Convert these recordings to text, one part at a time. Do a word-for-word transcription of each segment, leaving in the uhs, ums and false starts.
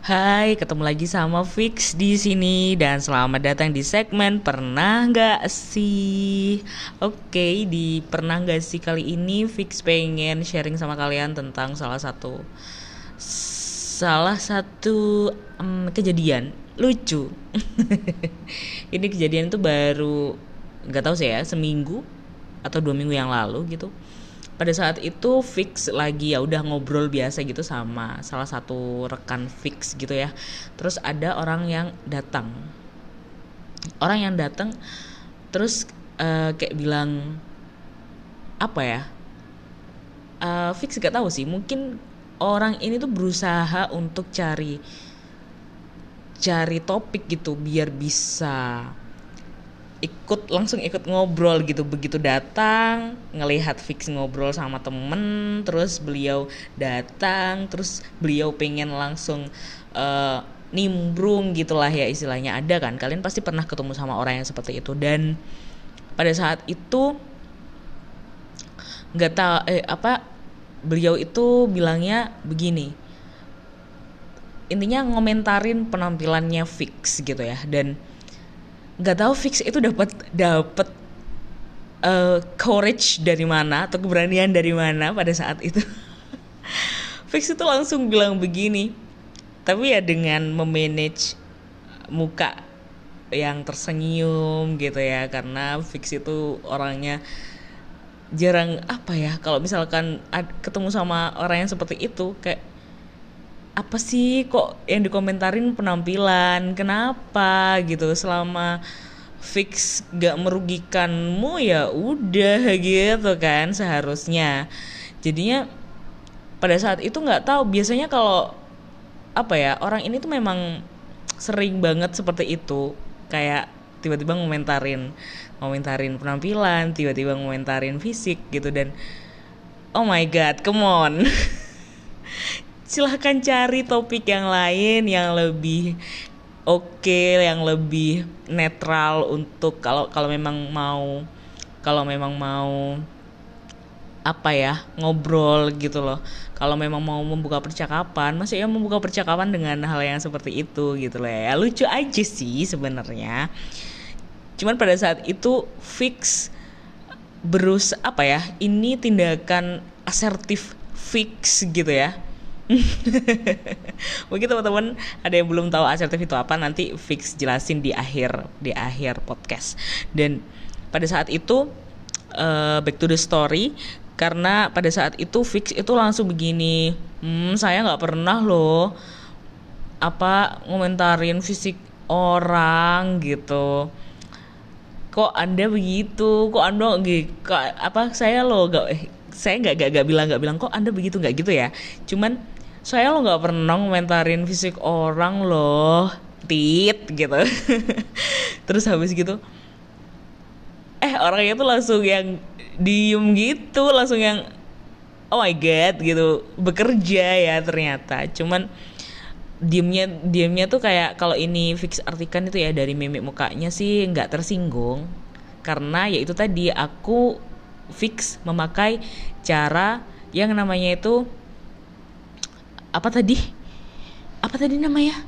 Hai, ketemu lagi sama Fix di sini dan selamat datang di segmen Pernah Nggak Sih? Oke, di Pernah Nggak Sih kali ini Fix pengen sharing sama kalian tentang salah satu salah satu em, kejadian lucu. Ini kejadian tuh baru nggak tahu sih ya seminggu atau dua minggu yang lalu gitu. Pada saat itu Fix lagi ya udah ngobrol biasa gitu sama salah satu rekan Fix gitu ya. Terus ada orang yang datang. Orang yang datang terus eh, kayak bilang apa ya? Eh, Fix gak tahu sih. Mungkin orang ini tuh berusaha untuk cari cari topik gitu biar bisa ikut langsung ikut ngobrol gitu. Begitu datang ngelihat Fix ngobrol sama temen, terus beliau datang, terus beliau pengen langsung uh, nimbrung gitulah ya istilahnya. Ada kan, kalian pasti pernah ketemu sama orang yang seperti itu. Dan pada saat itu nggak tahu eh apa beliau itu bilangnya begini, intinya ngomentarin penampilannya Fix gitu ya. Dan nggak tahu Fix itu dapat dapat uh, courage dari mana atau keberanian dari mana pada saat itu. Fix itu langsung bilang begini, tapi ya dengan memanage muka yang tersenyum gitu ya, karena Fix itu orangnya jarang apa ya, kalau misalkan ad, ketemu sama orang yang seperti itu kayak apa sih kok yang dikomentarin penampilan, kenapa gitu, selama Fix gak merugikanmu ya udah gitu kan seharusnya. Jadinya pada saat itu nggak tahu, biasanya kalau apa ya, orang ini tuh memang sering banget seperti itu, kayak tiba-tiba ngomentarin ngomentarin penampilan, tiba-tiba ngomentarin fisik gitu. Dan oh my god, come on. Silahkan cari topik yang lain yang lebih oke, okay, yang lebih netral untuk kalau kalau memang mau kalau memang mau apa ya, ngobrol gitu loh. Kalau memang mau membuka percakapan, masa ya membuka percakapan dengan hal yang seperti itu gitu loh ya. Lucu aja sih sebenarnya. Cuman pada saat itu Fix berus apa ya? Ini tindakan asertif Fix gitu ya. Mungkin teman-teman ada yang belum tahu asertif itu apa, nanti Fix jelasin di akhir di akhir podcast. Dan pada saat itu uh, back to the story, karena pada saat itu Fix itu langsung begini, hmm, saya nggak pernah loh apa ngomentarin fisik orang gitu. Kok Anda begitu? Kok Anda gitu? Apa saya loh gak eh, saya nggak gak, gak bilang nggak bilang kok Anda begitu, nggak gitu ya. Cuman saya lo nggak pernah komentarin fisik orang loh, tit gitu. Terus habis gitu, eh orangnya tuh langsung yang diem gitu, langsung yang oh my god gitu, bekerja ya ternyata. Cuman diemnya diemnya tuh kayak, kalau ini Fix artikan itu ya dari mimik mukanya sih nggak tersinggung, karena ya itu tadi aku Fix memakai cara yang namanya itu apa tadi apa tadi namanya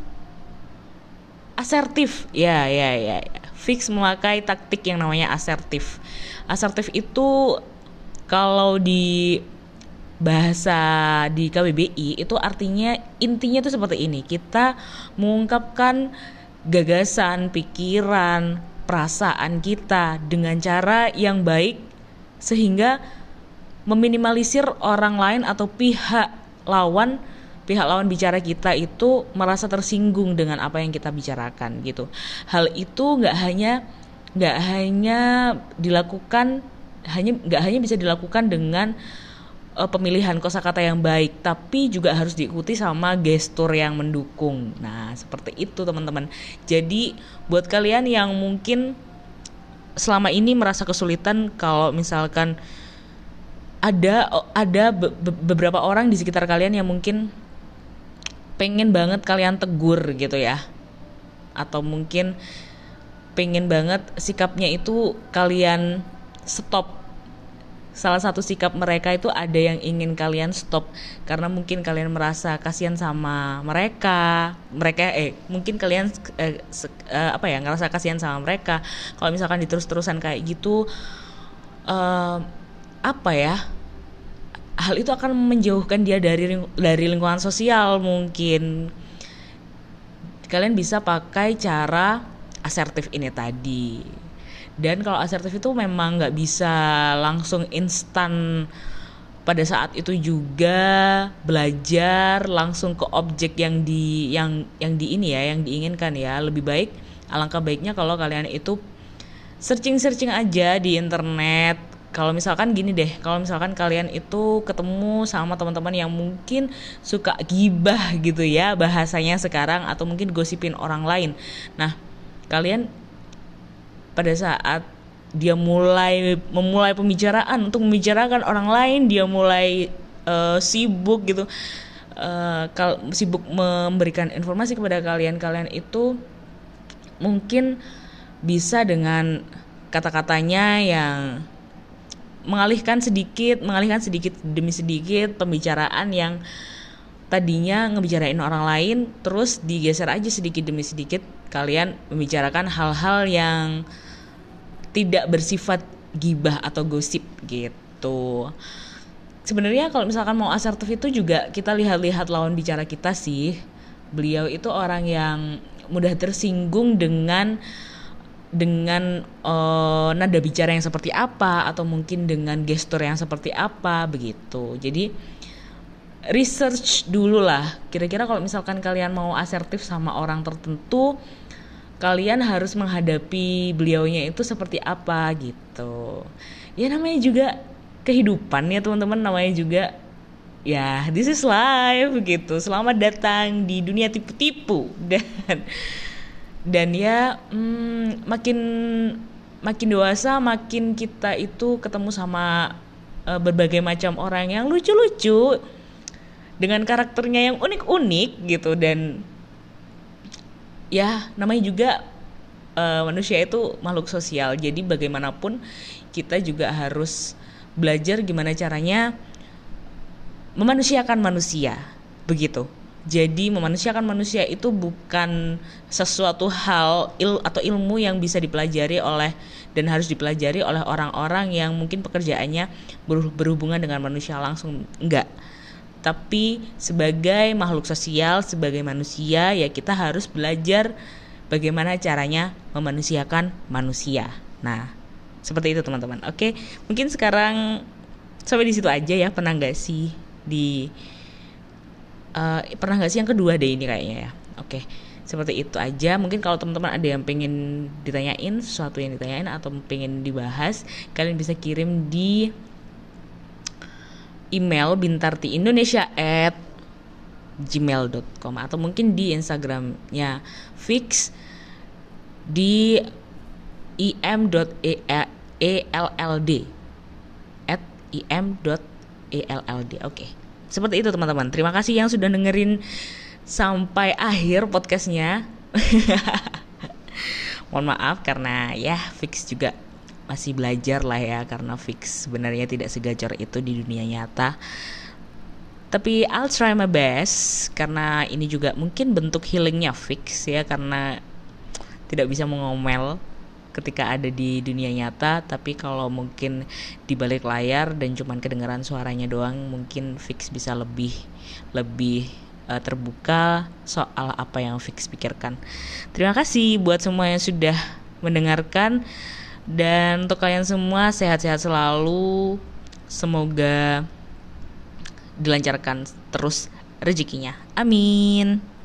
asertif ya ya ya Fix memakai taktik yang namanya asertif. Asertif itu kalau di bahasa di K B B I itu artinya, intinya tuh seperti ini, kita mengungkapkan gagasan, pikiran, perasaan kita dengan cara yang baik sehingga meminimalisir orang lain atau pihak lawan pihak lawan bicara kita itu merasa tersinggung dengan apa yang kita bicarakan gitu. Hal itu nggak hanya nggak hanya dilakukan hanya nggak hanya bisa dilakukan dengan uh, pemilihan kosakata yang baik, tapi juga harus diikuti sama gestur yang mendukung. Nah seperti itu teman-teman. Jadi buat kalian yang mungkin selama ini merasa kesulitan kalau misalkan ada ada be- be- beberapa orang di sekitar kalian yang mungkin pengen banget kalian tegur gitu ya, atau mungkin pengen banget sikapnya itu kalian stop salah satu sikap mereka itu ada yang ingin kalian stop karena mungkin kalian merasa kasihan sama mereka mereka eh mungkin kalian eh, se, eh, apa ya ngerasa kasihan sama mereka. Kalau misalkan diterus-terusan kayak gitu, eh, apa ya, hal itu akan menjauhkan dia dari dari lingkungan sosial. Mungkin kalian bisa pakai cara asertif ini tadi. Dan kalau asertif itu memang nggak bisa langsung instan pada saat itu juga belajar langsung ke objek yang di yang yang di ini ya, yang diinginkan ya. Lebih baik, alangkah baiknya kalau kalian itu searching-searching aja di internet. Kalau misalkan gini deh, kalau misalkan kalian itu ketemu sama teman-teman yang mungkin suka gibah gitu ya bahasanya sekarang, atau mungkin gosipin orang lain. Nah, kalian pada saat dia mulai memulai pembicaraan untuk membicarakan orang lain, dia mulai uh, sibuk gitu, uh, kal- sibuk memberikan informasi kepada kalian. Kalian itu mungkin bisa dengan kata-katanya yang mengalihkan sedikit, mengalihkan sedikit demi sedikit pembicaraan yang tadinya ngebicarain orang lain, terus digeser aja sedikit demi sedikit. Kalian membicarakan hal-hal yang tidak bersifat gibah atau gosip gitu. Sebenarnya kalau misalkan mau asertif itu juga kita lihat-lihat lawan bicara kita sih. Beliau itu orang yang mudah tersinggung dengan dengan uh, nada bicara yang seperti apa, atau mungkin dengan gestur yang seperti apa begitu. Jadi research dulu lah. Kira-kira kalau misalkan kalian mau asertif sama orang tertentu, kalian harus menghadapi beliaunya itu seperti apa gitu. Ya namanya juga kehidupan ya teman-teman, namanya juga ya this is life gitu. Selamat datang di dunia tipu-tipu. Dan dan ya hmm, makin makin dewasa, makin kita itu ketemu sama uh, berbagai macam orang yang lucu-lucu dengan karakternya yang unik-unik gitu. Dan ya namanya juga uh, manusia itu makhluk sosial. Jadi bagaimanapun kita juga harus belajar gimana caranya memanusiakan manusia begitu. Jadi memanusiakan manusia itu bukan sesuatu hal il, atau ilmu yang bisa dipelajari oleh dan harus dipelajari oleh orang-orang yang mungkin pekerjaannya berhubungan dengan manusia langsung, enggak. Tapi sebagai makhluk sosial, sebagai manusia, ya kita harus belajar bagaimana caranya memanusiakan manusia. Nah, seperti itu teman-teman. Oke, mungkin sekarang sampai di situ aja ya. Pernah nggak sih di uh, pernah nggak sih yang kedua deh ini kayaknya ya. Oke, seperti itu aja. Mungkin kalau teman-teman ada yang pengen ditanyain, sesuatu yang ditanyain atau pengen dibahas, kalian bisa kirim di email bintartiindonesia at gmail dot com atau mungkin di Instagramnya Fix di im dot eld at im dot eld. Oke, seperti itu teman-teman. Terima kasih yang sudah dengerin sampai akhir podcastnya. Mohon maaf karena ya Fix juga masih belajar lah ya, karena Fix sebenarnya tidak segacor itu di dunia nyata. Tapi I'll try my best, karena ini juga mungkin bentuk healingnya Fix ya, karena tidak bisa mengomel ketika ada di dunia nyata. Tapi kalau mungkin di balik layar dan cuman kedengaran suaranya doang, mungkin Fix bisa lebih lebih uh, terbuka soal apa yang Fix pikirkan. Terima kasih buat semua yang sudah mendengarkan. Dan untuk kalian semua sehat-sehat selalu. Semoga dilancarkan terus rezekinya. Amin.